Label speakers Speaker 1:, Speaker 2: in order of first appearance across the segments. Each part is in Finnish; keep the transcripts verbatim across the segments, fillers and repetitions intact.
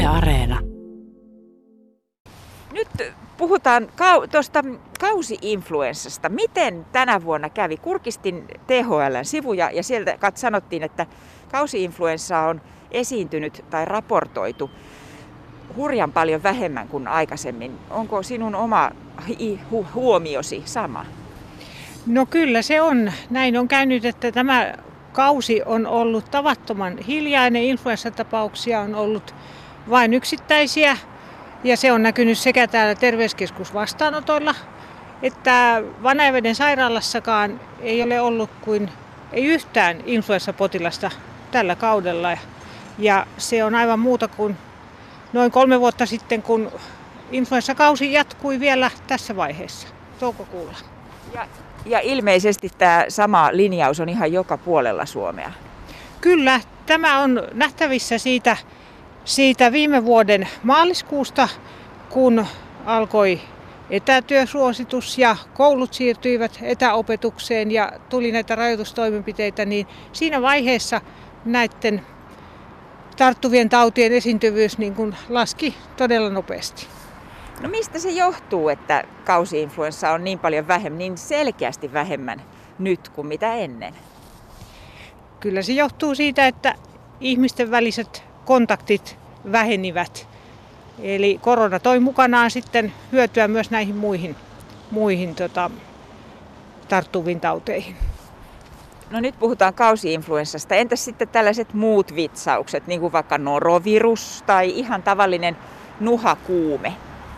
Speaker 1: Yle Areena.
Speaker 2: Nyt puhutaan kau- tuosta kausi-influenssasta. Miten tänä vuonna kävi? Kurkistin T H L:n sivuja ja sieltä kat- sanottiin, että kausi-influenssa on esiintynyt tai raportoitu hurjan paljon vähemmän kuin aikaisemmin. Onko sinun oma hi- hu- huomiosi sama?
Speaker 3: No kyllä se on. Näin on käynyt, että tämä kausi on ollut tavattoman hiljainen. Influenssatapauksia on ollut vain yksittäisiä. Ja se on näkynyt sekä täällä terveyskeskusvastaanotoilla, että Vanajaveden sairaalassakaan ei ole ollut kuin ei yhtään influenssapotilasta tällä kaudella. Ja se on aivan muuta kuin noin kolme vuotta sitten, kun influenssakausi jatkui vielä tässä vaiheessa, toukokuulla.
Speaker 2: Ja, ja ilmeisesti tämä sama linjaus on ihan joka puolella Suomea.
Speaker 3: Kyllä, tämä on nähtävissä siitä, siitä viime vuoden maaliskuusta, kun alkoi etätyösuositus ja koulut siirtyivät etäopetukseen ja tuli näitä rajoitustoimenpiteitä, niin siinä vaiheessa näiden tarttuvien tautien esiintyvyys niin kuin laski todella nopeasti.
Speaker 2: No mistä se johtuu, että kausi-influenssa on niin paljon vähemmän, niin selkeästi vähemmän nyt kuin mitä ennen?
Speaker 3: Kyllä se johtuu siitä, että ihmisten väliset kontaktit vähenivät. Eli korona toi mukanaan sitten hyötyä myös näihin muihin, muihin tota, tarttuviin tauteihin.
Speaker 2: No nyt puhutaan kausi-influenssasta. Entäs sitten tällaiset muut vitsaukset, niin kuin vaikka norovirus tai ihan tavallinen nuhakuume?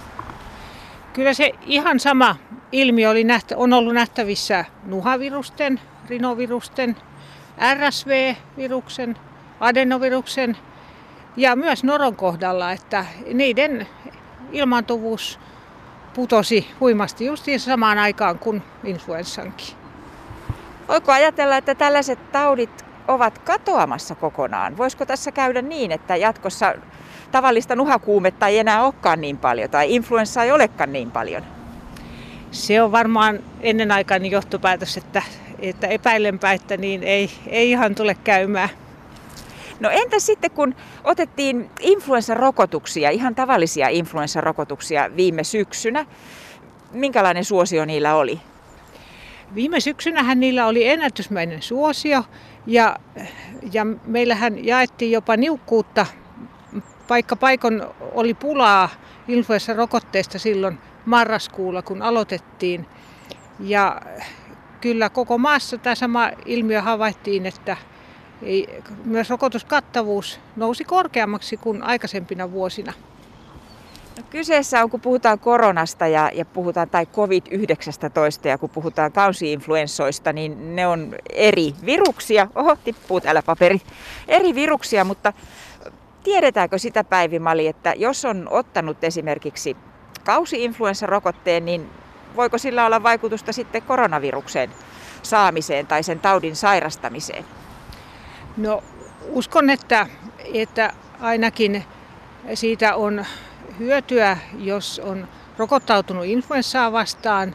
Speaker 3: Kyllä se ihan sama ilmiö oli nähtä, on ollut nähtävissä nuhavirusten, rinovirusten, R S V-viruksen, adenoviruksen ja myös noron kohdalla, että niiden ilmaantuvuus putosi huimasti justiin samaan aikaan kuin influenssankin.
Speaker 2: Voiko ajatella, että tällaiset taudit ovat katoamassa kokonaan? Voisiko tässä käydä niin, että jatkossa tavallista nuhakuumetta ei enää olekaan niin paljon tai influenssaa ei olekaan niin paljon?
Speaker 3: Se on varmaan ennenaikainen johtopäätös, että, että epäilenpä, että niin ei, ei ihan tule käymään.
Speaker 2: No entä sitten kun otettiin influenssarokotuksia, ihan tavallisia influenssarokotuksia viime syksynä, minkälainen suosio niillä oli?
Speaker 3: Viime syksynähän niillä oli ennätysmäinen suosio ja, ja meillähän jaettiin jopa niukkuutta. Paikka paikon oli pulaa influenssarokotteista silloin marraskuulla, kun aloitettiin. Ja kyllä koko maassa tämä sama ilmiö havaittiin, että ei, myös rokotuskattavuus nousi korkeammaksi kuin aikaisempina vuosina.
Speaker 2: No kyseessä on, kun puhutaan koronasta ja, ja puhutaan tai covid yhdeksäntoista ja kun puhutaan kausi-influenssoista, niin ne on eri viruksia. Oho, tippuu täällä paperi. Eri viruksia, mutta tiedetäänkö sitä, Päivi Mali, että jos on ottanut esimerkiksi kausi-influenssarokotteen, niin voiko sillä olla vaikutusta sitten koronaviruksen saamiseen tai sen taudin sairastamiseen?
Speaker 3: No uskon, että, että ainakin siitä on hyötyä, jos on rokottautunut influenssaa vastaan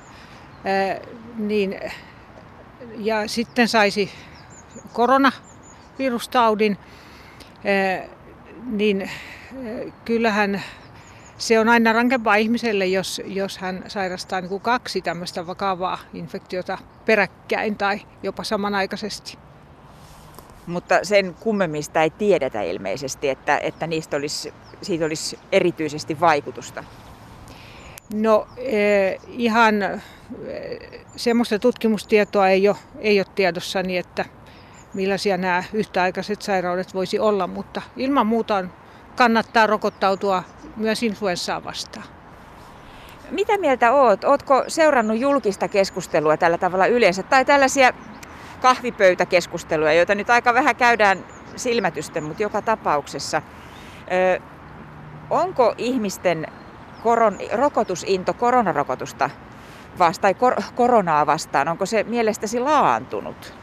Speaker 3: niin, ja sitten saisi koronavirustaudin, niin kyllähän se on aina rankempaa ihmiselle, jos, jos hän sairastaa niin kuin kaksi tämmöistä vakavaa infektiota peräkkäin tai jopa samanaikaisesti.
Speaker 2: Mutta sen kummemmista ei tiedetä ilmeisesti, että, että niistä olisi, siitä olisi erityisesti vaikutusta.
Speaker 3: No eh, ihan eh, semmoista tutkimustietoa ei ole, ei ole tiedossani, että millaisia nämä yhtäaikaiset sairaudet voisi olla, mutta ilman muuta on, kannattaa rokottautua myös influenssaa vastaan.
Speaker 2: Mitä mieltä oot? Ootko seurannut julkista keskustelua tällä tavalla yleensä tai tällaisia kahvipöytäkeskusteluja, joita nyt aika vähän käydään silmätysten, mutta joka tapauksessa. Ö, onko ihmisten koron, rokotusinto koronarokotusta vastaan tai kor, koronaa vastaan, onko se mielestäsi laantunut?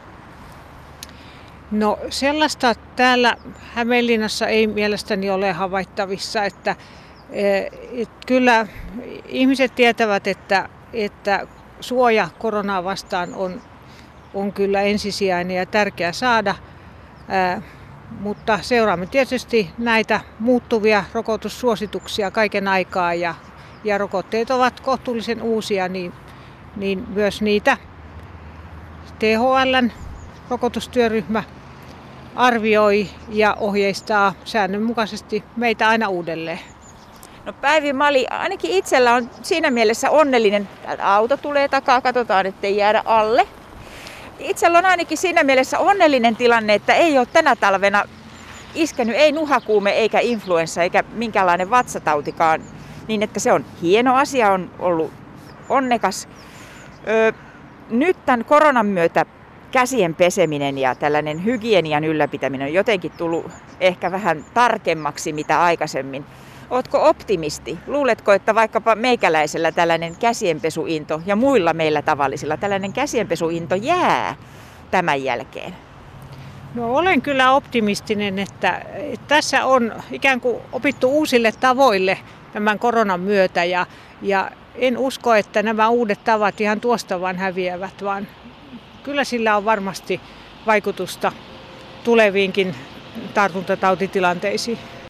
Speaker 3: No sellaista täällä Hämeenlinnassa ei mielestäni ole havaittavissa, että et kyllä ihmiset tietävät, että, että suoja koronaa vastaan on, on kyllä ensisijainen ja tärkeä saada. Mutta seuraamme tietysti näitä muuttuvia rokotussuosituksia kaiken aikaa ja, ja rokotteet ovat kohtuullisen uusia, niin, niin myös niitä T H L:n rokotustyöryhmä arvioi ja ohjeistaa säännönmukaisesti meitä aina uudelleen.
Speaker 2: No Päivi Mali, ainakin itsellä on siinä mielessä onnellinen. Täältä auto tulee takaa, katsotaan ettei jäädä alle. Itsellä on ainakin siinä mielessä onnellinen tilanne, että ei ole tänä talvena iskenyt ei nuhakuume eikä influenssa eikä minkäänlainen vatsatautikaan. Niin että se on hieno asia, on ollut onnekas. Öö, nyt tämän koronan myötä käsien peseminen ja tällainen hygienian ylläpitäminen on jotenkin tullut ehkä vähän tarkemmaksi mitä aikaisemmin. Ootko optimisti? Luuletko, että vaikkapa meikäläisellä tällainen käsienpesuinto ja muilla meillä tavallisilla tällainen käsienpesuinto jää tämän jälkeen?
Speaker 3: No olen kyllä optimistinen, että tässä on ikään kuin opittu uusille tavoille tämän koronan myötä ja, ja en usko, että nämä uudet tavat ihan tuosta vaan häviävät, vaan kyllä sillä on varmasti vaikutusta tuleviinkin tartuntatautitilanteisiin.